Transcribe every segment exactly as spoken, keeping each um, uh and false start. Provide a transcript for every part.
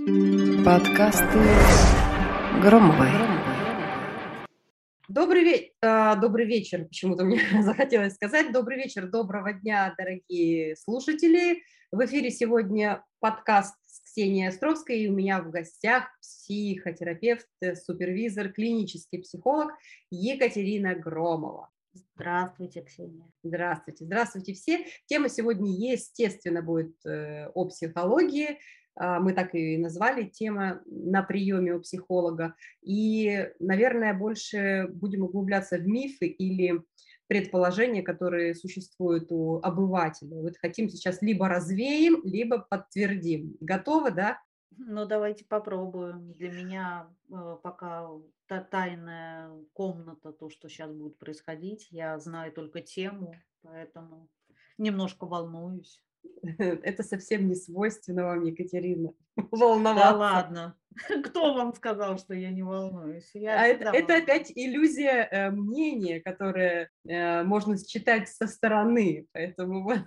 Подкасты Громовой. Добрый, ве- а, добрый вечер, почему-то мне захотелось сказать. Добрый вечер, доброго дня, дорогие слушатели. В эфире сегодня подкаст с Ксенией Островской, и у меня в гостях психотерапевт, э, супервизор, клинический психолог Екатерина Громова. Здравствуйте, Ксения. Здравствуйте, здравствуйте все. Тема сегодня, естественно, будет э, о психологии. А, Мы так и назвали, тема на приеме у психолога. И, наверное, больше будем углубляться в мифы или предположения, которые существуют у обывателя. Вот хотим сейчас либо развеем, либо подтвердим. Готовы, да? Ну, давайте попробуем. Для меня э, пока та тайная комната, то, что сейчас будет происходить. Я знаю только тему, поэтому немножко волнуюсь. Это совсем не свойственно вам, Екатерина, Да волноваться. ладно. Кто вам сказал, что я не волнуюсь? Я А это, всегда это волнуюсь. опять иллюзия э, мнения, которое э, можно считать со стороны. Поэтому вот.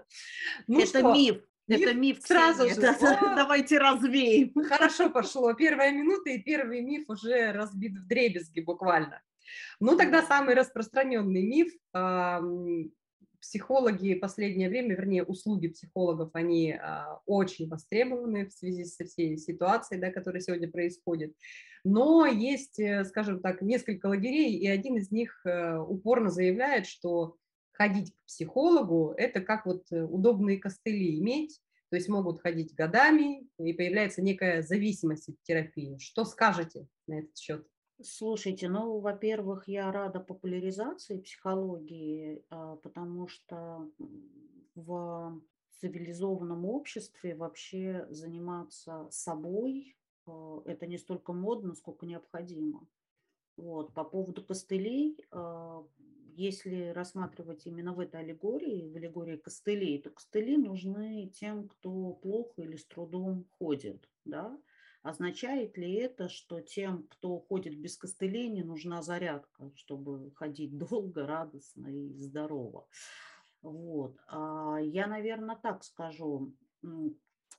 Ну Это что, миф. Это миф миф, сразу Ксения. же. Да-да, О, давайте развеем. хорошо пошло. Первая минута, и первый миф уже разбит вдребезги буквально. Ну, тогда Да. самый распространенный миф. ам, Психологи в последнее время, вернее, услуги психологов, они а, очень востребованы в связи со всей ситуацией, да, которая сегодня происходит. Но есть, э, скажем так, несколько лагерей, и один из них э, упорно заявляет, что ходить к психологу – это как вот э, удобные костыли иметь, то есть могут ходить годами, и появляется некая зависимость от терапии. Что скажете на этот счет? Слушайте, ну, во-первых, я рада популяризации психологии, а, потому что м, в цивилизованном обществе вообще заниматься собой а, это не столько модно, сколько необходимо. Вот. По поводу костылей, а, если рассматривать именно в этой аллегории, в аллегории костылей, то костыли нужны тем, кто плохо или с трудом ходит, да? Означает ли это, что тем, кто ходит без костылей, не нужна зарядка, чтобы ходить долго, радостно и здорово? Вот. А Я, наверное, так скажу. М,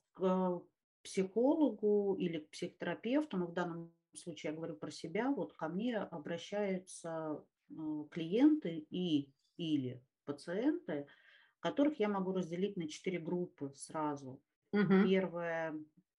К психологу или к психотерапевту, но в данном случае я говорю про себя, вот ко мне обращаются э, клиенты и или пациенты, которых я могу разделить на четыре группы сразу. Мгм. Первое,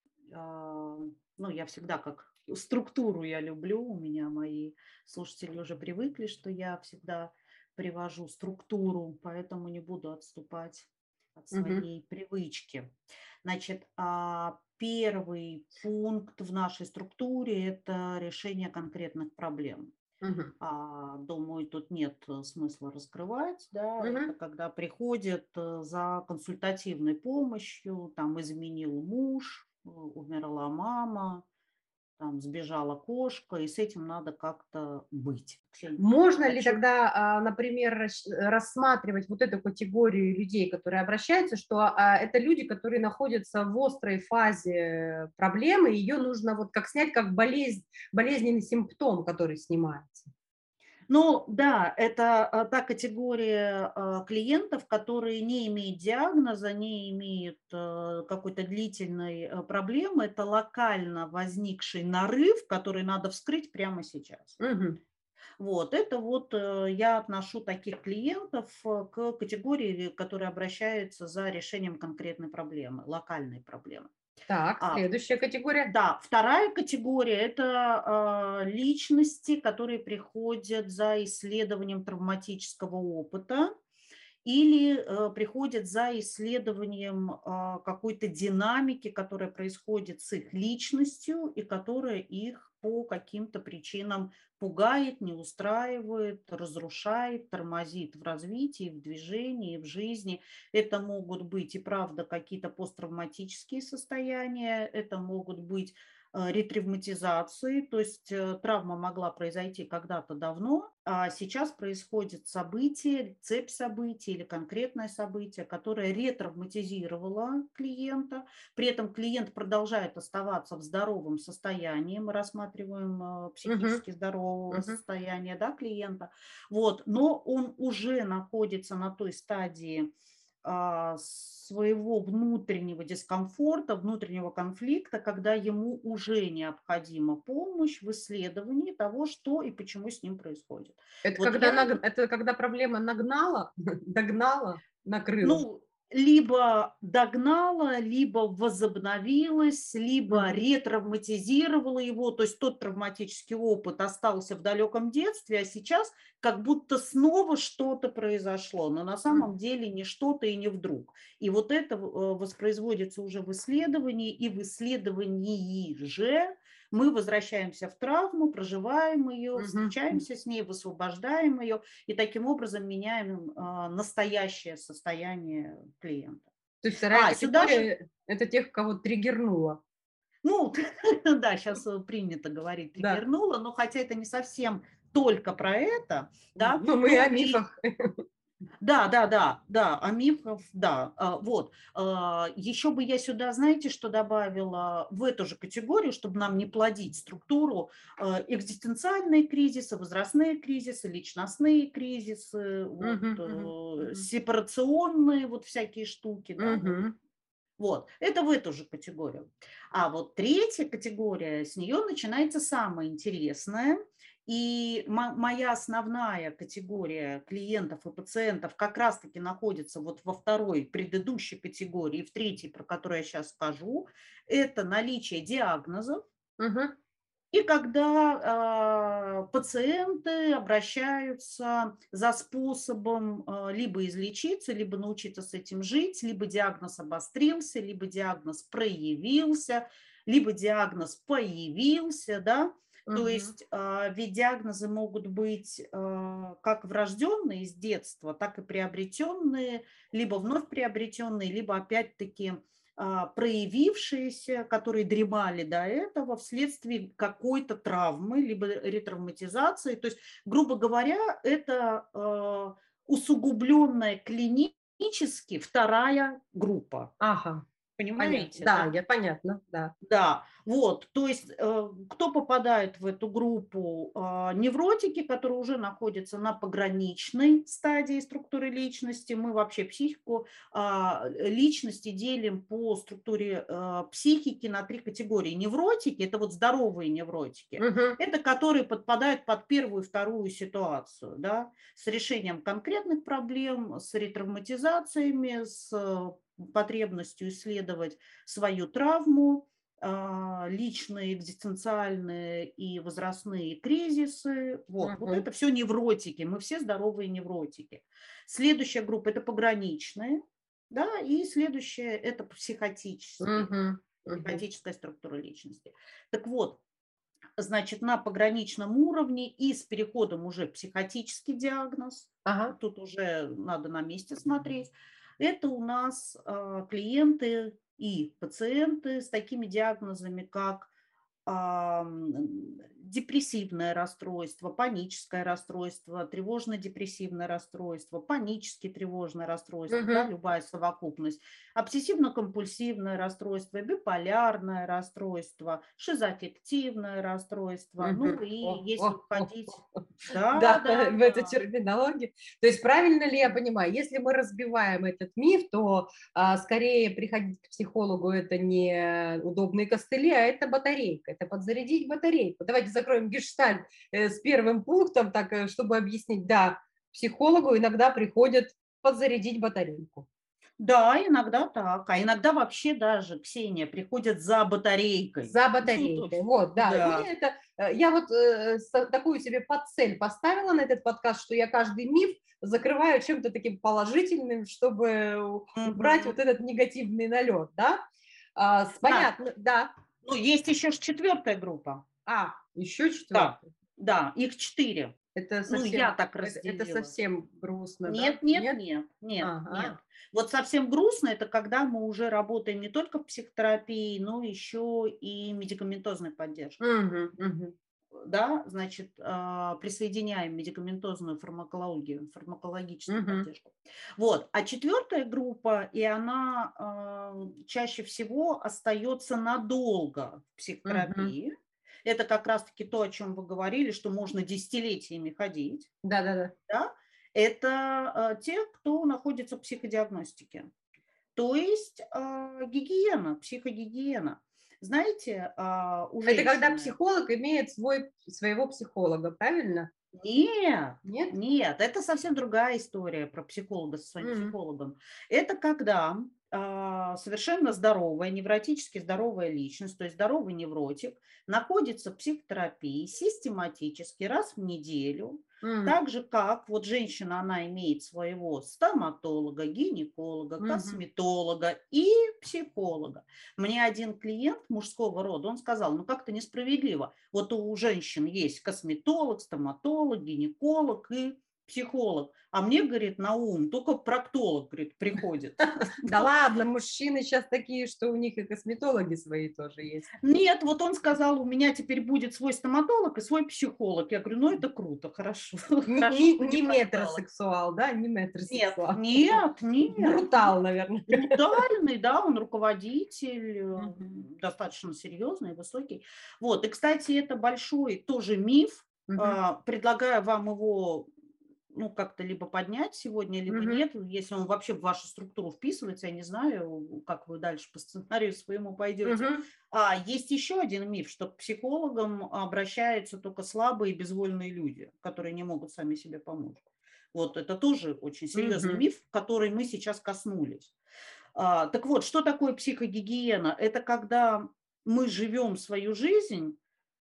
а, ну, я всегда как структуру я люблю, у меня мои слушатели уже привыкли, что я всегда привожу структуру, поэтому не буду отступать от Мгм. своей привычки. Значит, а, первый пункт в нашей структуре – это решение конкретных проблем. Мгм. А, Думаю, тут нет э, смысла раскрывать, да, это Мгм. когда приходят э, за консультативной помощью, там изменил муж, э, умерла мама, там сбежала кошка, и с этим надо как-то быть. Ксения, Можно о ли чём- тогда, а, например, рас- рассматривать вот эту категорию людей, которые обращаются, что а, это люди, которые находятся в острой фазе проблемы, ее нужно вот как снять, как болезнь, болезненный симптом, который снимается? Ну да, это а, та категория а, клиентов, которые не имеют диагноза, не имеют э, какой-то длительной э, проблемы. Это локально возникший нарыв, который надо вскрыть прямо сейчас. Мгм. Вот, это вот э, я отношу таких клиентов э, к категории, которые обращаются за решением конкретной проблемы, локальной проблемы. Так, А следующая категория. да, вторая категория – это а, личности, которые приходят за исследованием травматического опыта или э, приходят за исследованием а, какой-то динамики, которая происходит с их личностью и которая их по каким-то причинам пугает, не устраивает, разрушает, тормозит в развитии, в движении, в жизни. Это могут быть и правда какие-то посттравматические состояния, это могут быть э, ретравматизации, то есть э, травма могла произойти когда-то давно, а сейчас происходит событие, цепь событий или конкретное событие, которое ретравматизировало клиента. При этом клиент продолжает оставаться в здоровом состоянии. Мы рассматриваем э, Мгм. психически здорового Мгм. состояния, да, клиента. Вот, но он уже находится на той стадии а, своего внутреннего дискомфорта, внутреннего конфликта, когда ему уже необходима помощь в исследовании того, что и почему с ним происходит. Это, Вот когда, я, наг- это когда проблема нагнала, догнала, накрыла. ну, либо догнала, либо возобновилась, либо Мгм. ретравматизировала его, то есть тот травматический опыт остался в далеком детстве, а сейчас как будто снова что-то произошло, но на самом Мгм. деле не что-то и не вдруг. И вот это э, воспроизводится уже в исследовании, и в исследовании же мы возвращаемся в травму, проживаем ее, Мгм. встречаемся с ней, высвобождаем ее, и таким образом меняем а, настоящее состояние клиента. То есть вторая А, сюда же, категория – это тех, кого триггернуло. ну, да, сейчас принято говорить Да. триггернуло, но хотя это не совсем только про это, да, Ну, мы о то и мифах. да, да, да, да, о мифах, да, а, вот. А, еще бы я сюда, знаете, что добавила в эту же категорию, чтобы нам не плодить структуру, а, экзистенциальные кризисы, возрастные кризисы, личностные кризисы, вот, Мгм, мгм, э, мгм. сепарационные вот всякие штуки, да, вот. Мгм. Вот, это в эту же категорию. А вот третья категория, с нее начинается самое интересное. И моя основная категория клиентов и пациентов как раз-таки находится вот во второй предыдущей категории, в третьей, про которую я сейчас скажу, это наличие диагнозов. Мгм. И когда э, пациенты обращаются за способом э, либо излечиться, либо научиться с этим жить, либо диагноз обострился, либо диагноз проявился, либо диагноз появился, да, то Мгм. есть э, ведь диагнозы могут быть э, как врожденные с детства, так и приобретенные, либо вновь приобретенные, либо опять-таки а, проявившиеся, которые дремали до этого вследствие какой-то травмы, либо ретравматизации. То есть, грубо говоря, это э, усугубленная клинически вторая группа. Ага, понятно. Понимаете, Да, да? я понятно, да. Да, вот, то есть э, кто попадает в эту группу? А, невротики, которые уже находятся на пограничной стадии структуры личности. Мы вообще психику а, личности делим по структуре а, психики на три категории. Невротики – это вот здоровые невротики. Мгм. Это которые подпадают под первую и вторую ситуацию, да, с решением конкретных проблем, с ретравматизациями, с э, потребностью исследовать свою травму, а, личные, экзистенциальные и возрастные кризисы. Вот, вот Мгм. это все невротики, мы все здоровые невротики. Следующая группа – это пограничные, да, и следующая – это психотические, Мгм. Мгм. психотическая структура личности. Так вот, значит, на пограничном уровне и с переходом уже в психотический диагноз, Ага. тут уже надо на месте смотреть, это у нас э, клиенты и пациенты с такими диагнозами, как а, депрессивное расстройство, паническое расстройство, тревожно-депрессивное расстройство, панически тревожное расстройство, да, Мгм. любая совокупность, обсессивно-компульсивное расстройство, биполярное расстройство, шизоаффективное расстройство, ну Мгм. и О, если о, о, уходить, о. да, Да, да, в этой терминологии. То есть правильно ли я понимаю, если мы разбиваем этот миф, то а, скорее приходить к психологу – это не удобные костыли, а это батарейка, это подзарядить батарейку. Давайте закроем гештальт э, с первым пунктом, так, э, чтобы объяснить. Да, к психологу иногда приходят подзарядить батарейку. да, иногда так, а иногда вообще даже, Ксения, приходят за батарейкой. За Ну, то батарейкой. есть, Вот, да. да. Мне это, э, я вот э, с- такую себе подцель поставила на этот подкаст, что я каждый миф закрываю чем-то таким положительным, чтобы у- убрать Мгм. вот этот негативный налет, да? А, с- Да, понятно, да. ну, есть еще ж четвертая группа. А, еще Да, четвертый. да, их четыре. Это Ну, я совсем, так это, это разделила. совсем грустно, да? Нет, нет, Нет? нет, нет, нет. Ага. Вот совсем грустно, это когда мы уже работаем не только в психотерапии, но еще и медикаментозной поддержкой. Мгм, мгм, Да, значит, а, присоединяем медикаментозную фармакологию, фармакологическую мгм, поддержку. Вот. А четвертая группа, и она а, чаще всего остается надолго в мгм. психотерапии. Это как раз-таки то, о чем вы говорили, что можно десятилетиями ходить. Да-да-да. Да? Это э, те, кто находится в психодиагностике. То есть э, гигиена, психогигиена. Знаете, а, у Это когда женщины... психолог имеет свой, своего психолога, правильно? Нет, Нет? нет, это совсем другая история про психолога со своим М. психологом. Это когда а, совершенно здоровая, невротически здоровая личность, то есть здоровый невротик, находится в психотерапии систематически раз в неделю, М. так же, как вот женщина, она имеет своего стоматолога, гинеколога, Мгм. косметолога и психолога. Мне один клиент мужского рода, он сказал, ну как-то несправедливо. Вот у женщин есть косметолог, стоматолог, гинеколог и психолог. А мне, говорит, на ум только проктолог, говорит, приходит. Да ладно, мужчины сейчас такие, что у них и косметологи свои тоже есть. Нет, вот он сказал, у меня теперь будет свой стоматолог и свой психолог. Я говорю, ну это круто, хорошо. Не, Хорошо, не, что не не проктолог. метросексуал, да, не Нет, метросексуал. нет, нет. Брутал, наверное. Брутальный, да, он руководитель, э, Мгм. достаточно серьезный, высокий. Вот, и, кстати, это большой тоже миф. Мгм. А, Предлагаю вам его, ну, как-то либо поднять сегодня, либо Мгм. нет. Если он вообще в вашу структуру вписывается, я не знаю, как вы дальше по сценарию своему пойдете. Мгм. А есть еще один миф, что к психологам обращаются только слабые и безвольные люди, которые не могут сами себе помочь. Вот это тоже очень серьезный Мгм. миф, который мы сейчас коснулись. А, так вот, что такое психогигиена? Это когда мы живем свою жизнь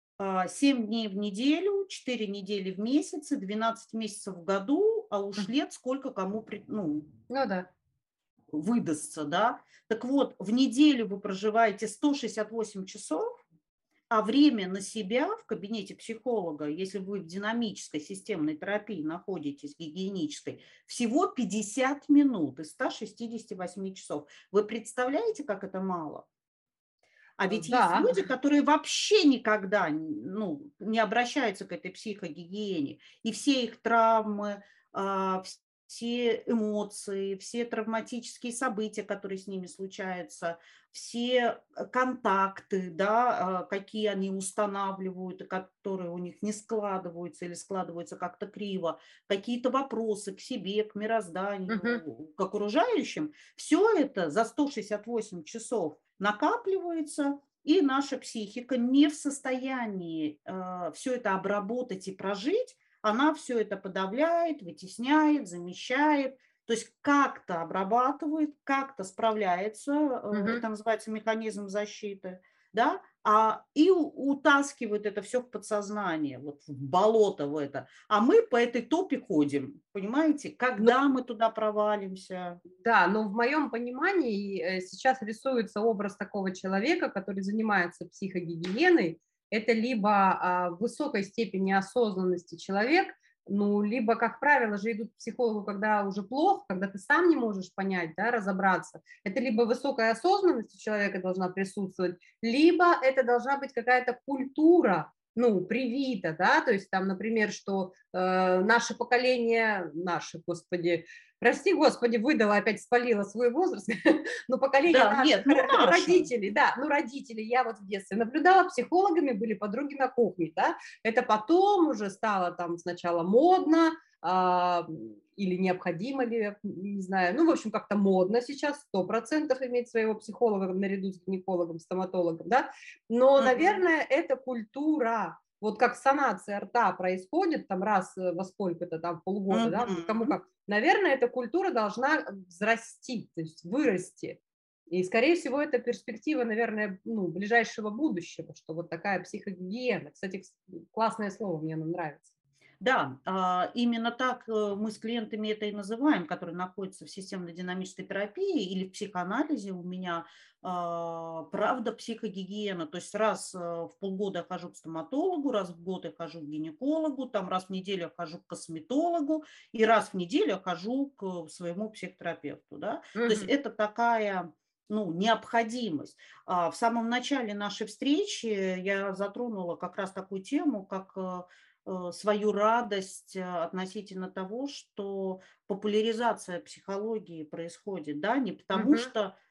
а, семь дней в неделю, четыре недели в месяц, двенадцать месяцев в году, а уж М. лет сколько кому при- ну, Ну да. выдастся, да? Так вот, в неделю вы проживаете сто шестьдесят восемь часов, а время на себя в кабинете психолога, если вы в динамической системной терапии находитесь, гигиенической, всего пятьдесят минут из ста шестидесяти восьми часов. Вы представляете, как это мало? А Э, ведь есть Да. люди, которые вообще никогда ну, не обращаются к этой психогигиене. И все их травмы, а, все эмоции, все травматические события, которые с ними случаются, все э, контакты, да, а, какие они устанавливают, и которые у них не складываются или складываются как-то криво, какие-то вопросы к себе, к Мгм. мирозданию, к окружающим, все это за сто шестьдесят восемь часов накапливается, и наша психика не в состоянии э, все это обработать и прожить, она все это подавляет, вытесняет, замещает, то есть как-то обрабатывает, как-то справляется, э, Мгм. это называется механизм защиты, да, а, и у- утаскивает это все в подсознание, вот в болото в это. А мы по этой топе ходим, понимаете, Ну когда мы туда провалимся. да, но в моем понимании э, сейчас рисуется образ такого человека, который занимается психогигиеной. Это либо а, в высокой степени осознанности человек, ну, либо, как правило, же идут к психологу, когда уже плохо, когда ты сам не можешь понять, да, разобраться. Это либо высокая осознанность у человека должна присутствовать, либо это должна быть какая-то культура, ну, привита, да, то есть там, например, что э, наше поколение, наше, господи, прости, господи, выдала, опять спалила свой возраст, но поколение Да, нет, наших ну наша. родителей, да, ну родители, я вот в детстве наблюдала, психологами были подруги на кухне, да, это потом уже стало там сначала модно, а, или необходимо ли, не знаю, ну, в общем, как-то модно сейчас, сто процентов иметь своего психолога наряду с гинекологом, стоматологом, да, но, Мгм. наверное, это культура, вот как санация рта происходит там раз э, во сколько-то там полгода, да, ну, кому Мгм. как, наверное, эта культура должна взрасти, то есть вырасти. И, скорее всего, это перспектива, наверное, ну, ближайшего будущего, что вот такая психогигиена. Кстати, классное слово, мне оно нравится. Да, а, именно так э, мы с клиентами это и называем, которые находятся в системно-динамической терапии или в психоанализе. У меня а, правда психогигиена. То есть раз э, в полгода я хожу к стоматологу, раз в год я хожу к гинекологу, там раз в неделю я хожу к косметологу и раз в неделю я хожу к своему психотерапевту. Да? То есть Мгм. это такая ну, необходимость. А, В самом начале нашей встречи я затронула как раз такую тему, как э, э, свою радость э, относительно того, что популяризация психологии происходит, да, не потому Мгм. что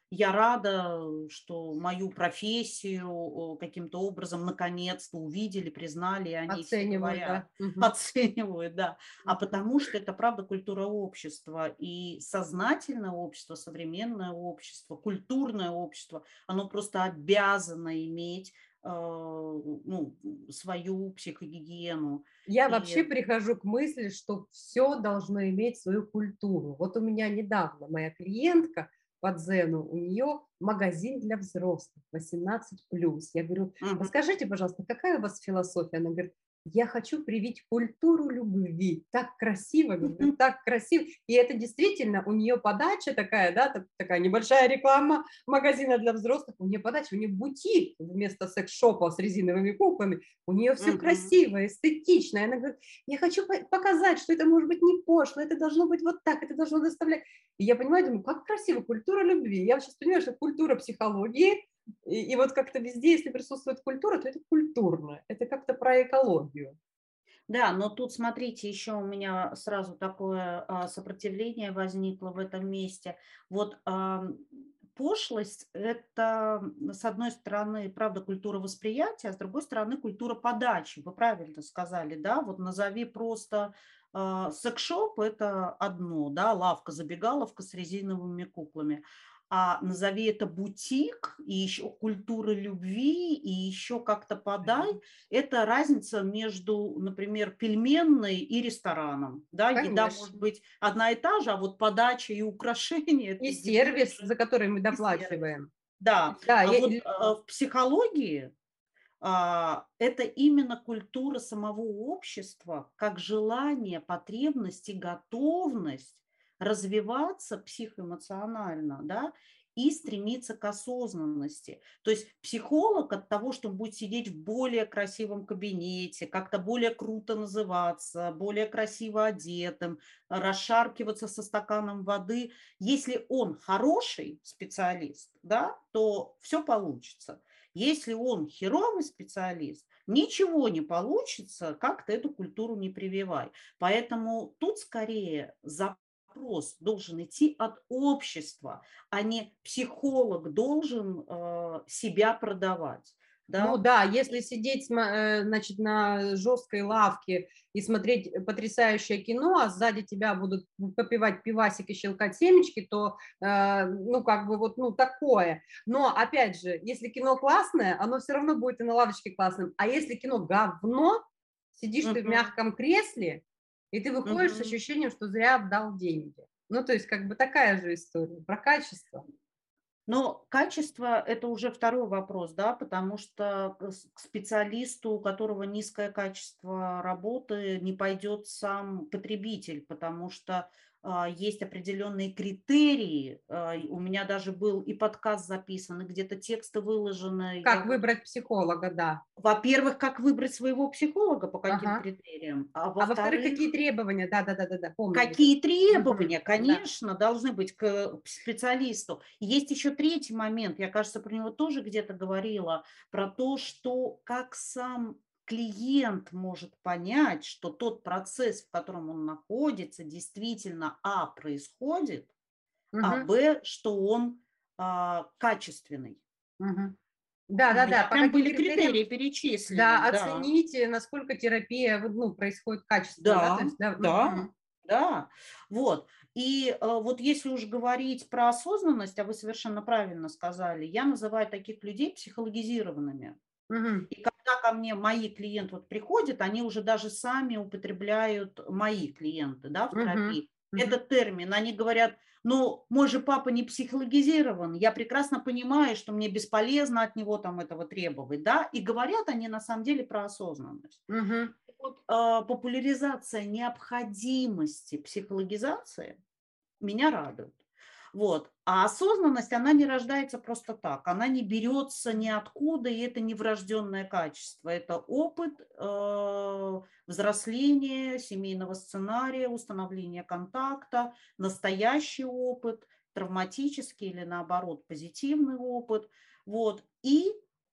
я рада, что мою профессию э, каким-то образом наконец-то увидели, признали, и о ней все Оценивают, говорят, да. Мгм. оценивают, да. А Мгм. потому что это, правда, культура общества. И сознательное общество, современное общество, культурное общество, оно просто обязано иметь э, ну, свою психогигиену. Я И вообще прихожу к мысли, что все должно иметь свою культуру. Вот у меня недавно моя клиентка по дзену, у нее магазин для взрослых, восемнадцать плюс. Я говорю: Мгм. расскажите, пожалуйста, какая у вас философия? Она говорит: я хочу привить культуру любви. Так красиво, говорю, так красиво. И это действительно у нее подача такая, да, так- такая небольшая реклама магазина для взрослых. У нее подача, у нее бутик вместо секс-шопа с резиновыми куклами. У нее все Мгм. красиво, эстетично. И она говорит: я хочу по- показать, что это может быть не пошло, это должно быть вот так, это должно доставлять. И я понимаю, думаю, как красиво, культура любви. Я сейчас понимаю, что культура психологии, и, и вот как-то везде, если присутствует культура, то это культурно, это как-то про экологию. Да, но тут, смотрите, еще у меня сразу такое а, сопротивление возникло в этом месте. Вот ам, пошлость– это, м, с одной стороны, правда, культура восприятия, а с другой стороны, культура подачи. Вы правильно сказали, да? Вот назови просто а, секс-шоп– это одно, да, лавка, забегаловка с резиновыми куклами. А назови это бутик, и еще культура любви, и еще как-то подай, это разница между, например, пельменной и рестораном. Да? Еда может Конечно. быть одна и та же, а вот подача и украшения– И это две сервис, уже за который мы и сервис. доплачиваем. Да, Да, а я- вот а, в психологии а, это именно культура самого общества, как желание, потребность и готовность развиваться психоэмоционально, да, и стремиться к осознанности. То есть психолог от того, что он будет сидеть в более красивом кабинете, как-то более круто называться, более красиво одетым, расшаркиваться со стаканом воды, если он хороший специалист, да, то все получится. Если он херовый специалист, ничего не получится, как ты эту культуру не прививай. Поэтому тут скорее запрос должен идти от общества, а не психолог должен э, себя продавать. Ну Да? да, если сидеть, сма- э, значит, на жесткой лавке и смотреть потрясающее кино, а сзади тебя будут попивать пивасик и щелкать семечки, то, э, ну, как бы вот, ну, такое. Но, опять же, если кино классное, оно все равно будет и на лавочке классным. А если кино говно, сидишь ты в Мгм. мягком кресле, и ты выходишь с Мгм. ощущением, что зря отдал деньги. Ну, то есть, как бы такая же история про качество. Но качество– это уже второй вопрос, да, потому что к с- к специалисту, у которого низкое качество работы, не пойдет сам потребитель, потому что а, есть определенные критерии. А, и у меня даже был и подкаст записан, и где-то тексты выложены. Я Как вот, выбрать психолога, да. во-первых, как выбрать своего психолога, по каким Ага. критериям, а А во-вторых, какие во-вторых, требования? Да-да-да-да-да, помню вот это. какие Мгм. требования, Да. конечно, должны быть к специалисту. Есть еще третий момент, я, кажется, про него тоже где-то говорила, про то, что как сам клиент может понять, что тот процесс, в котором он находится, действительно, а, происходит, а, Мгм. б, что он а, качественный. Мгм. У Да-да-да, меня по прям каким были критериям, критерии перечислены, да, да. оцените, насколько терапия, вот, ну, происходит качественно, да, то Да, есть, да. да, Мгм. да. Вот. И э, вот если уж говорить про осознанность, а вы совершенно правильно сказали, я называю таких людей психологизированными. Мгм. И когда ко мне мои клиенты вот приходят, они уже даже сами употребляют, мои клиенты, да, в Мгм. терапии, Мгм. этот термин. Они говорят, ну, мой же папа не психологизирован, я прекрасно понимаю, что мне бесполезно от него там этого требовать, да, и говорят они на самом деле про осознанность. Мгм. Вот, а, популяризация необходимости психологизации меня радует. Вот. А осознанность, она не рождается просто так. Она не берется ниоткуда, и это не врожденное качество. Это опыт э, взросления, семейного сценария, установления контакта, настоящий опыт, травматический или наоборот позитивный опыт. Вот. И э,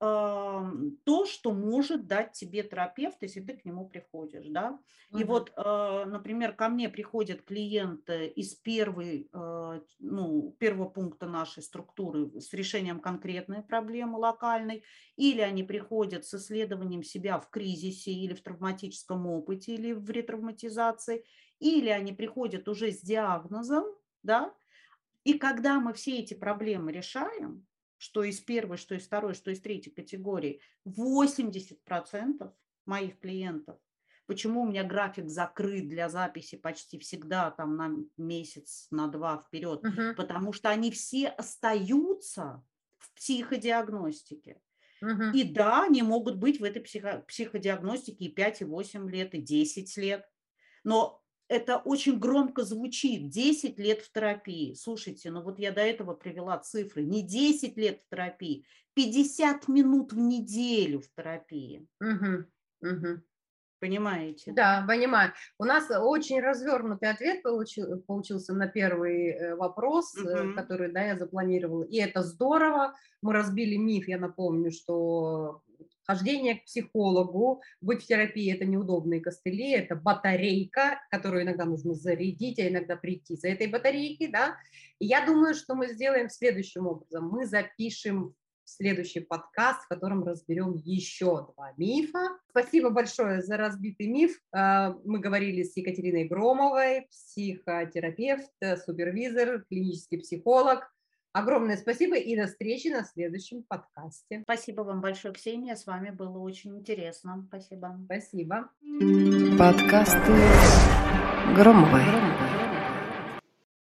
то, что может дать тебе терапевт, если ты к нему приходишь, да. И Мгм. вот, э, например, ко мне приходят клиенты из первой, э, ну, первого пункта нашей структуры с решением конкретной проблемы локальной, или они приходят с исследованием себя в кризисе или в травматическом опыте, или в ретравматизации, или они приходят уже с диагнозом, да. И когда мы все эти проблемы решаем, что из первой, что из второй, что из третьей категории, восемьдесят процентов моих клиентов, почему у меня график закрыт для записи почти всегда там на месяц, на два вперед, Мгм. потому что они все остаются в психодиагностике. Мгм. И да, они могут быть в этой психо- психодиагностике и пять, и восемь лет, и десять лет. Но это очень громко звучит. десять лет в терапии. Слушайте, ну вот я до этого привела цифры. Не десять лет в терапии, пятьдесят минут в неделю в терапии. Мгм. Мгм. Понимаете, да? Да, понимаю. У нас очень развернутый ответ получил, получился на первый э, вопрос, э, Мгм. который, да, я запланировала. И это здорово. Мы разбили миф, я напомню, что хождение к психологу, быть в терапии – это неудобные костыли, это батарейка, которую иногда нужно зарядить, а иногда прийти за этой батарейкой, да. И я думаю, что мы сделаем следующим образом. Мы запишем следующий подкаст, в котором разберем еще два мифа. Спасибо большое за разбитый миф. Э, Мы говорили с Екатериной Громовой, психотерапевт, э, супервизор, клинический психолог. Огромное спасибо и до встречи на следующем подкасте. Спасибо вам большое, Ксения. С вами было очень интересно. Спасибо. Спасибо. Подкасты Громовой.